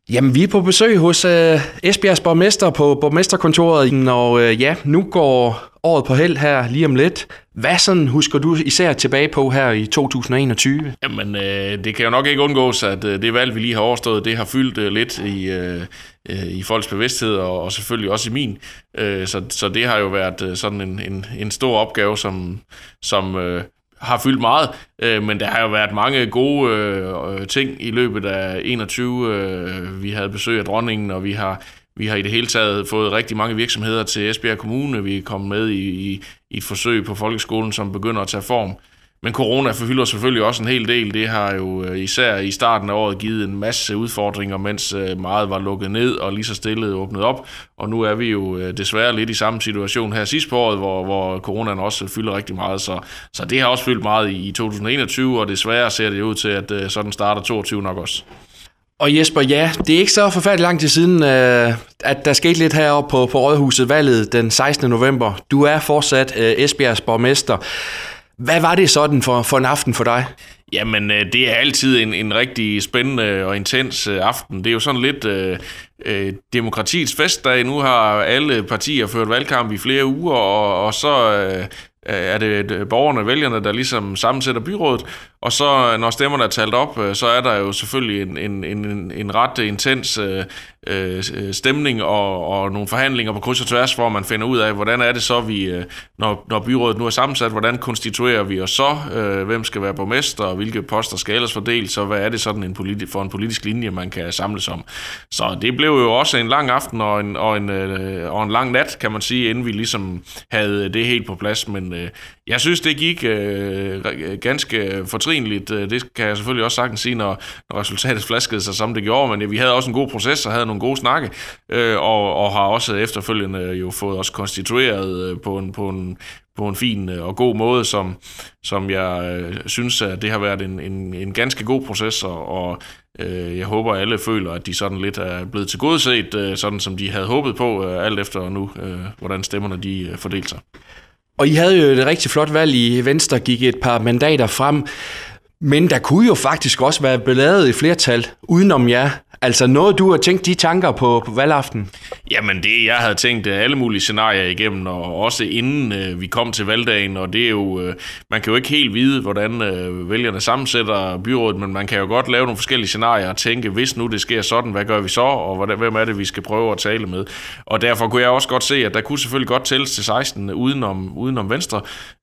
Jamen, vi er på besøg hos Esbjergs borgmester på borgmesterkontoret, og nu går året på held her lige om lidt. Hvad sådan husker du især tilbage på her i 2021? Jamen, det kan jo nok ikke undgås, at det valg, vi lige har overstået, det har fyldt lidt i folks bevidsthed, og selvfølgelig også i min. Så det har jo været sådan en stor opgave, som har fyldt meget, men der har jo været mange gode ting i løbet af 21. Vi havde besøg af dronningen, og vi har i det hele taget fået rigtig mange virksomheder til Esbjerg Kommune. Vi er kommet med i et forsøg på folkeskolen, som begynder at tage form. Men corona forfylder selvfølgelig også en hel del. Det har jo især i starten af året givet en masse udfordringer, mens meget var lukket ned og lige så stille åbnet op. Og nu er vi jo desværre lidt i samme situation her sidst på året, hvor coronaen også fylder rigtig meget. Så det har også fyldt meget i 2021, og desværre ser det ud til, at sådan starter 22 nok også. Og Jesper, ja, det er ikke så forfærdeligt lang tid siden, at der skete lidt heroppe på Rådhuset, valget den 16. november. Du er fortsat Esbjergs borgmester. Hvad var det sådan for en aften for dig? Jamen, det er altid en rigtig spændende og intens aften. Det er jo sådan lidt demokratiets festdag. Nu har alle partier ført valgkamp i flere uger, og så er det borgerne, vælgerne, der ligesom sammensætter byrådet. Og så, når stemmerne er talt op, så er der jo selvfølgelig en ret intens stemning og nogle forhandlinger på kryds og tværs, hvor man finder ud af, hvordan er det så, når byrådet nu er sammensat, hvordan konstituerer vi os så, hvem skal være borgmester, og hvilke poster skal ellers fordeles, så hvad er det sådan for en politisk linje, man kan samles om. Så det blev jo også en lang aften og en lang nat, kan man sige, inden vi ligesom havde det helt på plads, men jeg synes, det gik ganske fortrinligt. Det kan jeg selvfølgelig også sagtens sige, når resultatet flaskede sig, som det gjorde, men vi havde også en god proces og havde nogle gode snakke, og har også efterfølgende jo fået os konstitueret på en fin og god måde, som jeg synes, at det har været en ganske god proces, og jeg håber, at alle føler, at de sådan lidt er blevet tilgodeset, sådan som de havde håbet på, alt efter nu, hvordan stemmerne de fordelte sig. Og I havde jo et rigtig flot valg i Venstre, gik et par mandater frem, men der kunne jo faktisk også være beladet et flertal udenom jer. Altså noget, du har tænkt de tanker på valgaften? Jamen jeg havde tænkt alle mulige scenarier igennem, og også inden vi kom til valgdagen, og det er jo, man kan jo ikke helt vide, hvordan vælgerne sammensætter byrådet, men man kan jo godt lave nogle forskellige scenarier og tænke, hvis nu det sker sådan, hvad gør vi så, og hvem er det, vi skal prøve at tale med? Og derfor kunne jeg også godt se, at der kunne selvfølgelig godt tælles til 16 udenom Venstre,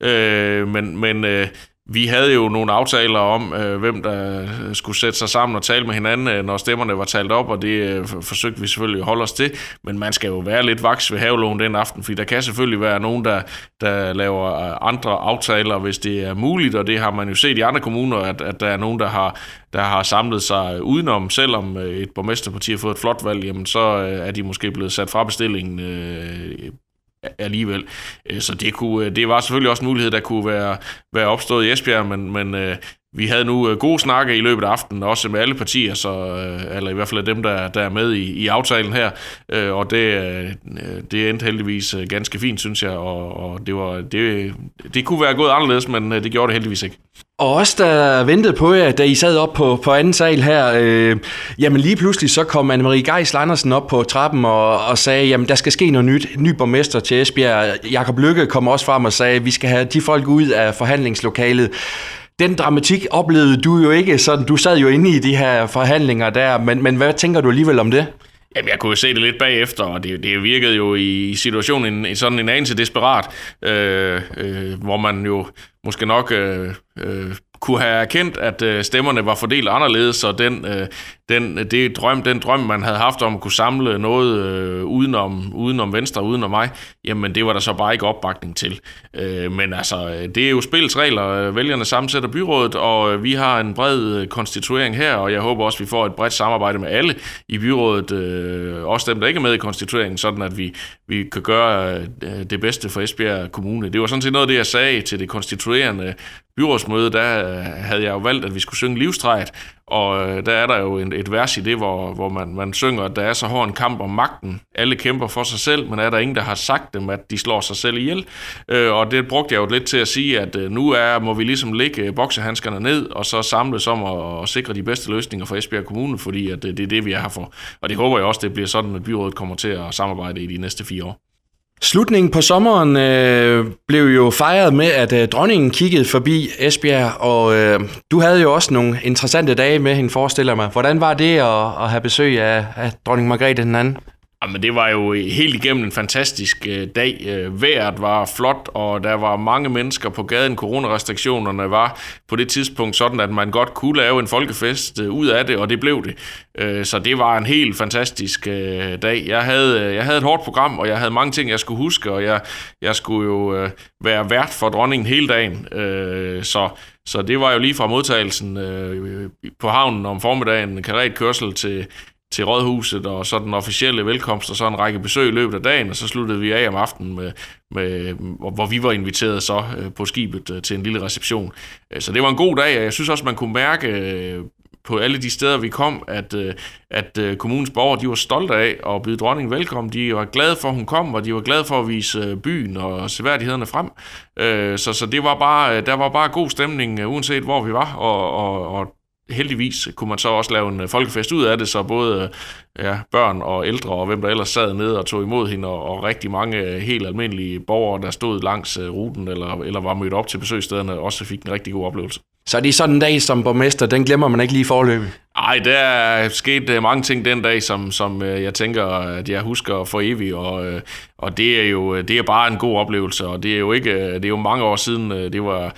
men vi havde jo nogle aftaler om, hvem der skulle sætte sig sammen og tale med hinanden, når stemmerne var talt op, og det forsøgte vi selvfølgelig at holde os til. Men man skal jo være lidt vaks ved havelågen den aften, fordi der kan selvfølgelig være nogen, der laver andre aftaler, hvis det er muligt, og det har man jo set i andre kommuner, at der er nogen, der har samlet sig udenom. Selvom et borgmesterparti har fået et flot valg, jamen så er de måske blevet sat fra bestillingen alligevel. Så det var selvfølgelig også en mulighed, der kunne være opstået i Esbjerg, men vi havde nu gode snakke i løbet af aftenen, også med alle partier, eller i hvert fald dem, der er med i aftalen her, og det endte heldigvis ganske fint, synes jeg, og det kunne være gået anderledes, men det gjorde det heldigvis ikke. Og også der ventede på jer, da I sad op på anden sal her, jamen lige pludselig så kom Anne-Marie Geisel Andersen op på trappen og sagde, jamen der skal ske noget nyt, ny borgmester til Esbjerg. Jakob Lykke kom også frem og sagde, vi skal have de folk ud af forhandlingslokalet. Den dramatik oplevede du jo ikke, sådan du sad jo inde i de her forhandlinger der, men hvad tænker du alligevel om det? Jamen, jeg kunne jo se det lidt bagefter, og det virkede jo i situationen sådan en anelse desperat, hvor man jo måske nok kunne have erkendt, at stemmerne var fordelt anderledes, og den drøm, man havde haft om at kunne samle noget udenom Venstre, udenom mig, jamen det var der så bare ikke opbakning til. Men altså, det er jo spillets regler. Vælgerne sammensætter byrådet, og vi har en bred konstituering her, og jeg håber også, at vi får et bredt samarbejde med alle i byrådet, også dem, der ikke er med i konstitueringen, sådan at vi kan gøre det bedste for Esbjerg Kommune. Det var sådan set noget af det, jeg sagde til det konstituerende byrådsmøde. Der havde jeg jo valgt, at vi skulle synge Livstræet, og der er der jo et vers i det, hvor man synger, at der er så hård en kamp om magten. Alle kæmper for sig selv, men er der ingen, der har sagt dem, at de slår sig selv ihjel? Og det brugte jeg jo lidt til at sige, at nu må vi ligesom lægge boksehandskerne ned, og så samles om at sikre de bedste løsninger for Esbjerg Kommune, fordi at det er det, vi er her for. Og det håber jeg også, det bliver sådan, at byrådet kommer til at samarbejde i de næste 4 år. Slutningen på sommeren blev jo fejret med, at dronningen kiggede forbi Esbjerg, og du havde jo også nogle interessante dage med hende, forestiller mig. Hvordan var det at have besøg af dronning Margrethe den anden? Jamen, det var jo helt igennem en fantastisk dag. Vejret var flot, og der var mange mennesker på gaden. Coronarestriktionerne var på det tidspunkt sådan, at man godt kunne lave en folkefest ud af det, og det blev det. Så det var en helt fantastisk dag. Jeg havde et hårdt program, og jeg havde mange ting, jeg skulle huske, og jeg skulle jo være vært for dronningen hele dagen. Så det var jo lige fra modtagelsen på havnen om formiddagen, karetkørsel til rådhuset, og så den officielle velkomst, og så en række besøg i løbet af dagen, og så sluttede vi af om aftenen, hvor vi var inviteret så på skibet til en lille reception. Så det var en god dag, og jeg synes også, man kunne mærke på alle de steder, vi kom, at kommunens borgere, de var stolte af at byde dronningen velkommen. De var glade for, at hun kom, og de var glade for at vise byen og seværdighederne frem. Så det var der var bare god stemning, uanset hvor vi var, og heldigvis kunne man så også lave en folkefest ud af det, så både børn og ældre og hvem der ellers sad nede og tog imod hende, og rigtig mange helt almindelige borgere, der stod langs ruten eller var mødt op til besøgsstederne, også fik en rigtig god oplevelse. Så det er sådan en dag som borgmester, den glemmer man ikke lige forløbig? Nej, der er sket mange ting den dag, som jeg tænker, at jeg husker for evigt, og det er bare en god oplevelse, og det er jo mange år siden, det var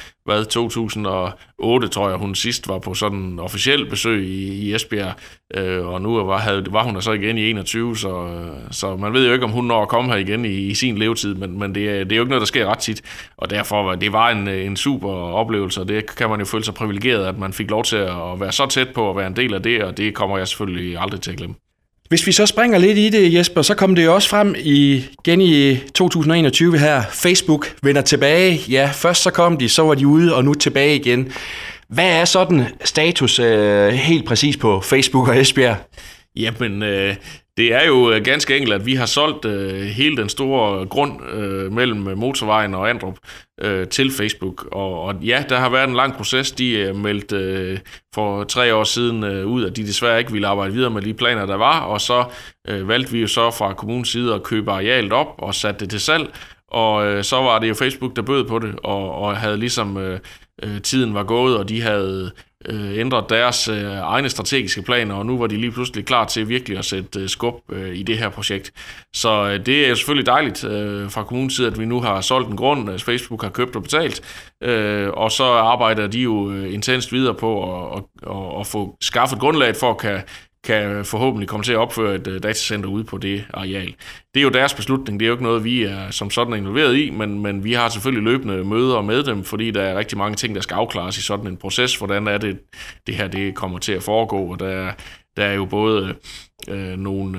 2008, tror jeg, hun sidst var på sådan en officiel besøg i Esbjerg, og nu var hun der så igen i 21, så man ved jo ikke, om hun når at komme her igen i sin levetid, men det er jo ikke noget, der sker ret tit, og derfor det var en super oplevelse, og det kan man jo føle sig privilegeret, at man fik lov til at være så tæt på at være en del af det, og det kommer jeg selvfølgelig aldrig til at glemme. Hvis vi så springer lidt i det, Jesper, så kom det jo også frem igen i 2021 her. Facebook vender tilbage. Ja, først så kom de, så var de ude, og nu tilbage igen. Hvad er sådan status helt præcis på Facebook og Esbjerg? Jamen, det er jo ganske enkelt, at vi har solgt hele den store grund mellem motorvejen og Andrup til Facebook. Og ja, der har været en lang proces. De meldte for 3 år siden ud, at de desværre ikke ville arbejde videre med de planer, der var. Og så valgte vi jo så fra kommunens side at købe arealet op og sætte det til salg. Og så var det jo Facebook, der bød på det, og havde ligesom tiden var gået, og de havde ændret deres egne strategiske planer, og nu var de lige pludselig klar til virkelig at sætte skub i det her projekt. Så det er jo selvfølgelig dejligt fra kommunens side, at vi nu har solgt en grund, Facebook har købt og betalt, og så arbejder de jo intenst videre på at få skaffet grundlaget for at kan forhåbentlig komme til at opføre et datacenter ude på det areal. Det er jo deres beslutning, det er jo ikke noget, vi er som sådan involveret i, men vi har selvfølgelig løbende møder med dem, fordi der er rigtig mange ting, der skal afklares i sådan en proces. Hvordan er det her det kommer til at foregå, og der er jo både nogle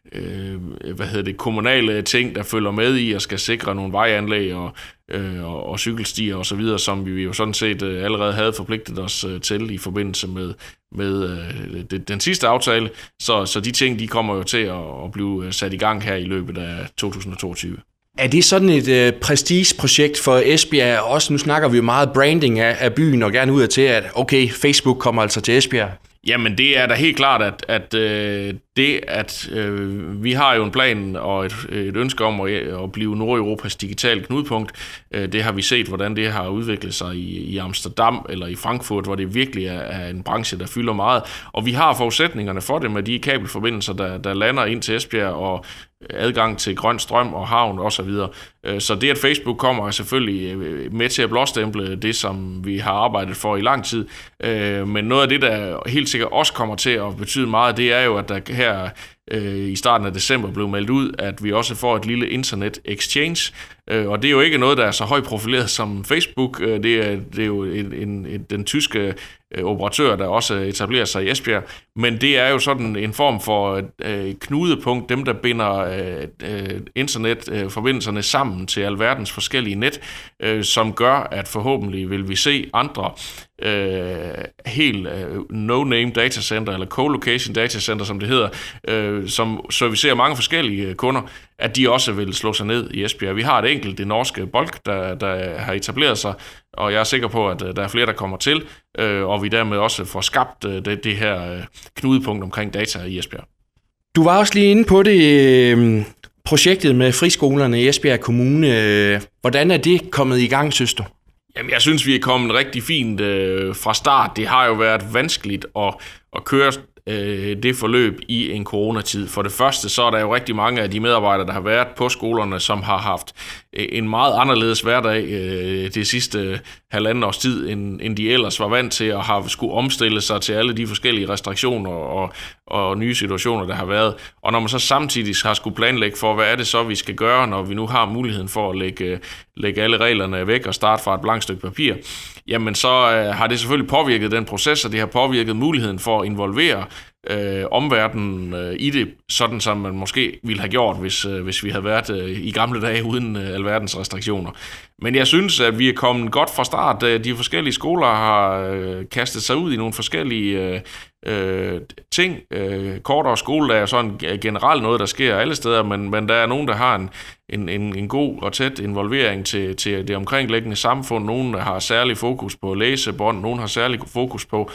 kommunale ting, der følger med i og skal sikre nogle vejanlæg og cykelstier og så videre, som vi jo sådan set allerede havde forpligtet os til i forbindelse med den sidste aftale. Så de ting, de kommer jo til at blive sat i gang her i løbet af 2022. Er det sådan et prestigeprojekt for Esbjerg? Også nu snakker vi jo meget branding af byen og gerne ud af til, at okay, Facebook kommer altså til Esbjerg. Jamen, det er da helt klart, at vi har jo en plan og et ønske om at blive Nordeuropas digitale knudepunkt. Det har vi set, hvordan det har udviklet sig i Amsterdam eller i Frankfurt, hvor det virkelig er en branche, der fylder meget. Og vi har forudsætningerne for det med de kabelforbindelser, der lander ind til Esbjerg, og adgang til grøn strøm og havn osv. Så det, at Facebook kommer, er selvfølgelig med til at blåstemple det, som vi har arbejdet for i lang tid. Men noget af det, der helt sikkert også kommer til at betyde meget, det er jo, at der her i starten af december blev meldt ud, at vi også får et lille internet exchange, Og det er jo ikke noget, der er så højt profileret som Facebook. Det er jo den tyske operatør, der også etablerer sig i Esbjerg. Men det er jo sådan en form for knudepunkt, dem der binder internetforbindelserne sammen til alverdens forskellige net, som gør, at forhåbentlig vil vi se andre helt no-name datacenter, eller co-location datacenter, som det hedder, som servicerer mange forskellige kunder, at de også vil slå sig ned i Esbjerg. Vi har et enkelt, det norske Bolk, der har etableret sig, og jeg er sikker på, at der er flere, der kommer til, og vi dermed også får skabt det her knudepunkt omkring data i Esbjerg. Du var også lige inde på det, projektet med friskolerne i Esbjerg Kommune. Hvordan er det kommet i gang, synes du? Jamen, jeg synes, vi er kommet rigtig fint fra start. Det har jo været vanskeligt at køre det forløb i en coronatid. For det første, så er der jo rigtig mange af de medarbejdere, der har været på skolerne, som har haft en meget anderledes hverdag det sidste halvanden års tid, end de ellers var vant til, og har skulle omstille sig til alle de forskellige restriktioner og nye situationer, der har været. Og når man så samtidig har skulle planlægge for, hvad er det så, vi skal gøre, når vi nu har muligheden for at lægge alle reglerne væk og starte fra et blankt stykke papir, jamen så har det selvfølgelig påvirket den proces, og det har påvirket muligheden for at involvere omverdenen i det, sådan som man måske ville have gjort, hvis vi havde været i gamle dage uden alverdens restriktioner. Men jeg synes, at vi er kommet godt fra start. De forskellige skoler har kastet sig ud i nogle forskellige ting. Kortere skoledag er sådan generelt noget, der sker alle steder, men der er nogen, der har en god og tæt involvering til det omkringliggende samfund. Nogen har særlig fokus på læsebånd, nogen har særlig fokus på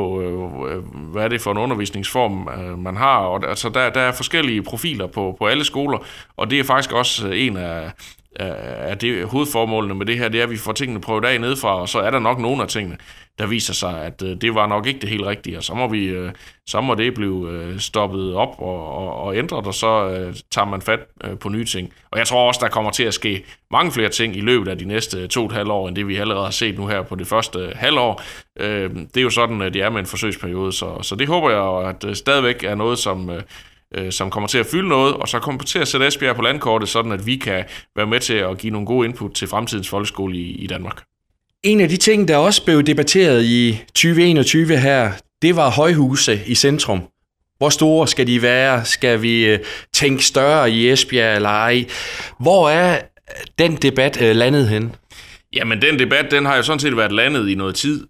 hvad er det for en undervisningsform, man har. Og altså, der er forskellige profiler på alle skoler, og det er faktisk også en af det hovedformålene med det her, det er, at vi får tingene prøvet af nedefra, og så er der nok nogle af tingene, der viser sig, at det var nok ikke det helt rigtige, og så må det blive stoppet op og ændret, og så tager man fat på nye ting. Og jeg tror også, der kommer til at ske mange flere ting i løbet af de næste 2,5 år, end det vi allerede har set nu her på det første halvår. Det er jo sådan, at det er med en forsøgsperiode, så det håber jeg, at stadigvæk er noget, som kommer til at fylde noget, og så kommer til at sætte Esbjerg på landkortet, sådan at vi kan være med til at give nogle gode input til fremtidens folkeskole i Danmark. En af de ting, der også blev debatteret i 2021 her, det var højhuse i centrum. Hvor store skal de være? Skal vi tænke større i Esbjerg eller ej? Hvor er den debat landet hen? Jamen, den debat, den har jo sådan set været landet i noget tid,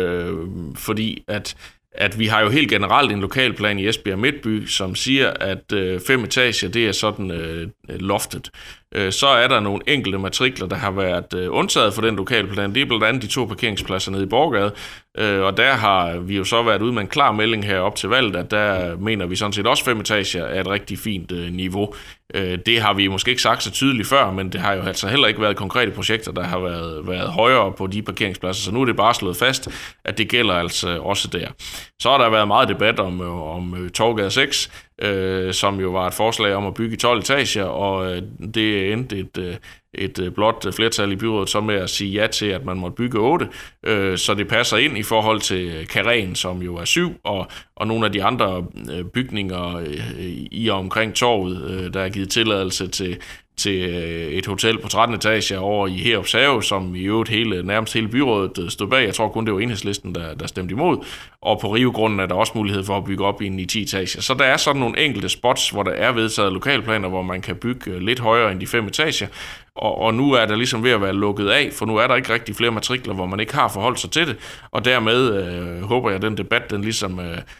fordi at vi har jo helt generelt en lokalplan i Esbjerg Midtby, som siger, at 5 etager, det er sådan loftet. Så er der nogle enkelte matrikler, der har været undtaget for den lokalplan. Det er blandt andet de 2 parkeringspladser nede i Borgade, og der har vi jo så været ude med en klar melding her op til valget, at der mener vi sådan set også 5 etager er et rigtig fint niveau. Det har vi måske ikke sagt så tydeligt før, men det har jo altså heller ikke været konkrete projekter, der har været højere på de parkeringspladser, så nu er det bare slået fast, at det gælder altså også der. Så har der været meget debat om Torvgade 6, som jo var et forslag om at bygge 12 etager, og det endte et blot flertal i byrådet så med at sige ja til, at man måtte bygge 8, så det passer ind i forhold til Karen, som jo er 7, og nogle af de andre bygninger i og omkring torvet, der er givet tilladelse til et hotel på 13 etager over i Herups Have, som i øvrigt nærmest hele byrådet stod bag. Jeg tror kun, det var Enhedslisten, der stemte imod. Og på Rivegrunden er der også mulighed for at bygge op i 10 etager. Så der er sådan nogle enkelte spots, hvor der er vedtaget lokalplaner, hvor man kan bygge lidt højere end de 5 etager. Og nu er der ligesom ved at være lukket af, for nu er der ikke rigtig flere matrikler, hvor man ikke har forholdt sig til det. Og dermed håber jeg, at den debat, den ligesom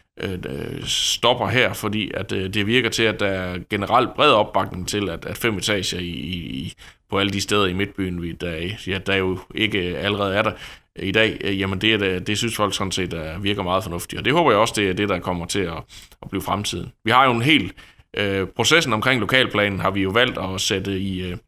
stopper her, fordi at det virker til, at der er generelt bred opbakning til, at 5 etager på alle de steder i Midtbyen, der jo ikke allerede er der i dag, jamen det synes folk sådan set virker meget fornuftigt. Og det håber jeg også, det er det, der kommer til at blive fremtiden. Vi har jo en hel processen omkring lokalplanen, har vi jo valgt at sætte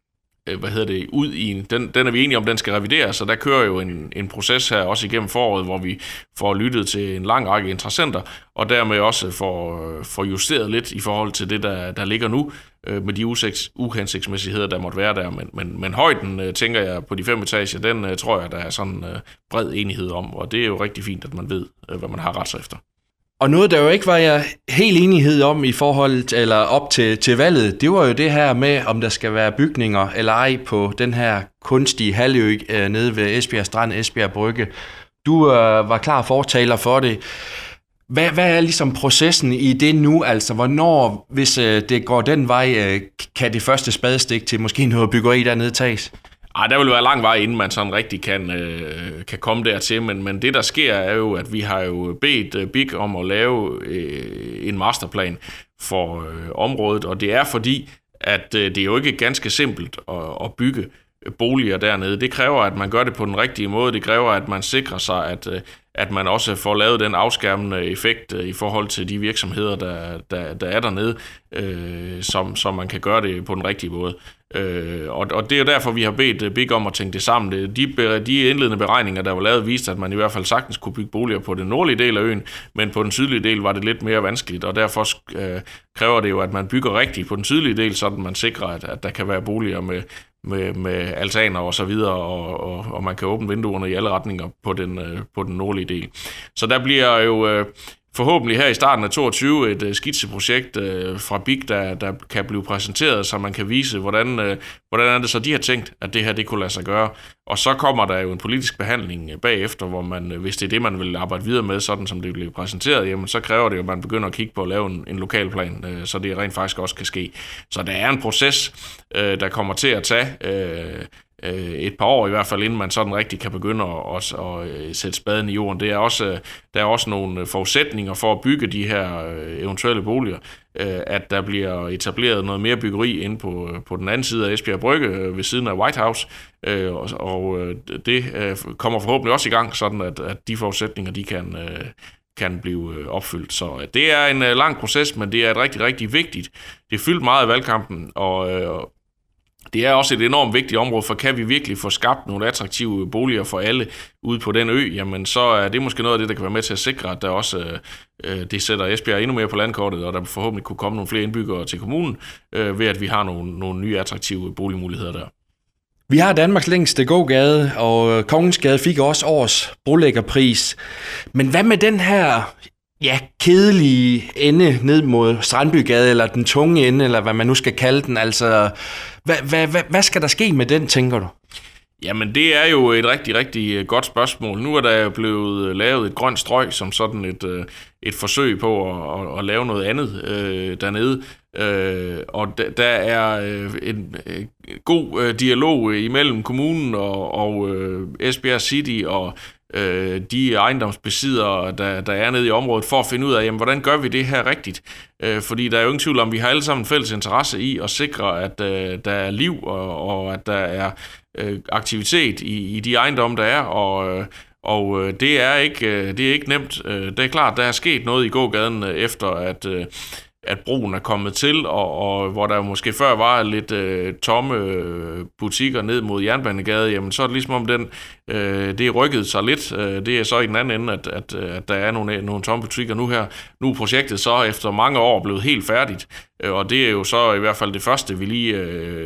ud i, den er vi enige om, den skal revideres, så der kører jo en proces her også igennem foråret, hvor vi får lyttet til en lang række interessenter, og dermed også får justeret lidt i forhold til det, der ligger nu, med de uhensigtsmæssigheder, der måtte være der. Men højden, tænker jeg, på de 5 etager, den tror jeg, der er sådan bred enighed om, og det er jo rigtig fint, at man ved, hvad man har ret sig efter. Og noget, der jo ikke var helt enighed om i forhold eller op til valget, det var jo det her med, om der skal være bygninger eller ej på den her kunstige halvø nede ved Esbjerg Strand, Esbjerg Brygge. Du var klar fortaler for det. Hvad er ligesom processen i det nu? Altså, hvornår, hvis det går den vej, kan det første spadestik til måske noget byggeri dernede tages? Der vil være lang vej, inden man sådan rigtig kan komme dertil, men det der sker er jo, at vi har jo bedt BIG om at lave en masterplan for området, og det er fordi, at det er jo ikke ganske simpelt at bygge boliger dernede. Det kræver, at man gør det på den rigtige måde. Det kræver, at man sikrer sig, at man også får lavet den afskærmende effekt i forhold til de virksomheder, der er dernede, så man kan gøre det på den rigtige måde. Og det er jo derfor, vi har bedt BIG om at tænke det sammen. De indledende beregninger, der var lavet, viste, at man i hvert fald sagtens kunne bygge boliger på den nordlige del af øen, men på den sydlige del var det lidt mere vanskeligt, og derfor kræver det jo, at man bygger rigtigt på den sydlige del, så man sikrer, at der kan være boliger med altaner og så videre, og man kan åbne vinduerne i alle retninger på den nordlige del. Så der bliver jo forhåbentlig her i starten af 2022 et skitseprojekt fra BIG, der kan blive præsenteret, så man kan vise, hvordan er det så, de har tænkt, at det her det kunne lade sig gøre. Og så kommer der jo en politisk behandling bagefter, hvor man, hvis det er det, man vil arbejde videre med, sådan som det bliver præsenteret, jamen så kræver det jo, at man begynder at kigge på at lave en lokalplan, så det rent faktisk også kan ske. Så der er en proces, der kommer til at tage et par år i hvert fald, inden man sådan rigtig kan begynde at sætte spaden i jorden. Der er også nogle forudsætninger for at bygge de her eventuelle boliger, at der bliver etableret noget mere byggeri inde på den anden side af Esbjerg Brygge ved siden af White House, og det kommer forhåbentlig også i gang, sådan at de forudsætninger de kan blive opfyldt. Så det er en lang proces, men det er et rigtig, rigtig vigtigt. Det er fyldt meget i valgkampen, og det er også et enormt vigtigt område, for kan vi virkelig få skabt nogle attraktive boliger for alle ude på den ø, jamen så er det måske noget af det, der kan være med til at sikre, at der også det sætter Esbjerg endnu mere på landkortet, og der forhåbentlig kunne komme nogle flere indbyggere til kommunen, ved at vi har nogle nye attraktive boligmuligheder der. Vi har Danmarks længste gågade, og Kongensgade fik også årets brolæggerpris. Men hvad med den her kedelige ende ned mod Strandbygade, eller den tunge ende, eller hvad man nu skal kalde den? Altså, hvad skal der ske med den, tænker du? Jamen, det er jo et rigtig, rigtig godt spørgsmål. Nu er der jo blevet lavet et grønt strøg, som sådan et forsøg på at lave noget andet dernede. Og der er en god dialog imellem kommunen og Esbjerg City og de ejendomsbesiddere, der er nede i området, for at finde ud af, jamen, hvordan gør vi det her rigtigt? Fordi der er jo ingen tvivl om, vi har alle sammen fælles interesse i at sikre, at der er liv, og at der er aktivitet i de ejendomme, der er, og det er ikke nemt. Det er klart, der er sket noget i gågaden efter, at broen er kommet til, og hvor der måske før var lidt tomme butikker ned mod Jernbanegade, jamen så er det ligesom om det er rykket sig lidt. Det er så i den anden ende, at der er nogle tomme butikker nu her. Nu er projektet så efter mange år blevet helt færdigt, og det er jo så i hvert fald det første, vi lige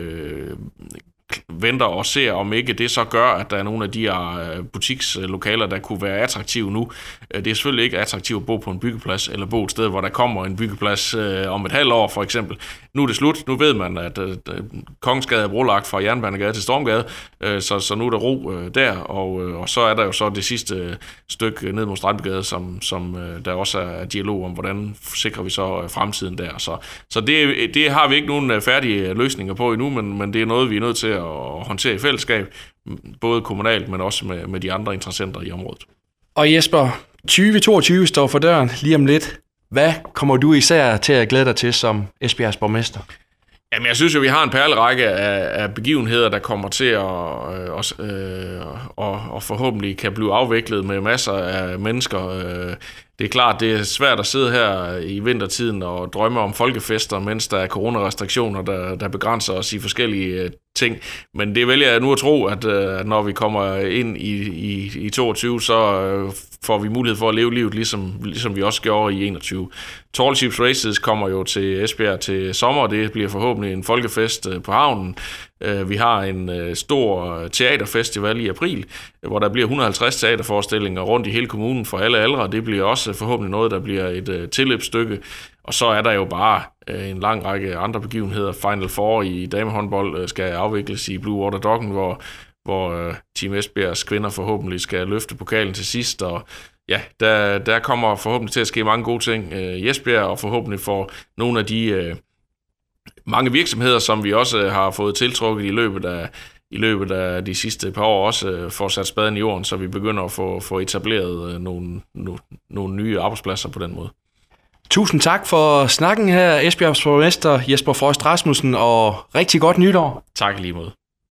venter og ser, om ikke det så gør, at der er nogle af de her butikslokaler, der kunne være attraktive nu. Det er selvfølgelig ikke attraktivt at bo på en byggeplads, eller bo et sted, hvor der kommer en byggeplads om et halvt år, for eksempel. Nu er det slut. Nu ved man, at Kongensgade er brolagt fra Jernbanegade til Stormgade, så nu er der ro der, og så er der jo så det sidste stykke ned mod Strandbygade, som der også er dialog om, hvordan sikrer vi så fremtiden der. Så det har vi ikke nogen færdige løsninger på endnu, men det er noget, vi er nødt til at håndtere i fællesskab, både kommunalt, men også med de andre interessenter i området. Og Jesper, 2022 står for døren lige om lidt. Hvad kommer du især til at glæde dig til som Esbjergs borgmester? Jamen, jeg synes jo, vi har en perlerække af begivenheder, der kommer til og forhåbentlig kan blive afviklet med masser af mennesker. Det er klart, det er svært at sidde her i vintertiden og drømme om folkefester, mens der er coronarestriktioner, der begrænser os i forskellige ting. Men det vælger jeg nu at tro, at når vi kommer ind i 22, så får vi mulighed for at leve livet, ligesom vi også gjorde i 21. Tall Ships Races kommer jo til Esbjerg til sommer, det bliver forhåbentlig en folkefest på havnen. Vi har en stor teaterfestival i april, hvor der bliver 150 teaterforestillinger rundt i hele kommunen for alle aldre. Det bliver også forhåbentlig noget, der bliver et tilløbsstykke. Og så er der jo bare en lang række andre begivenheder. Final Four i damehåndbold skal afvikles i Blue Water Docken, hvor Team Esbjergs kvinder forhåbentlig skal løfte pokalen til sidst. Og ja, der kommer forhåbentlig til at ske mange gode ting i Esbjerg, og forhåbentlig får nogle af de mange virksomheder, som vi også har fået tiltrukket i løbet af de sidste par år, også får sat spaden i jorden, så vi begynder at få etableret nogle nye arbejdspladser på den måde. Tusind tak for snakken her, Esbjergs borgmester Jesper Frost Rasmussen, og rigtig godt nytår. Tak lige måde.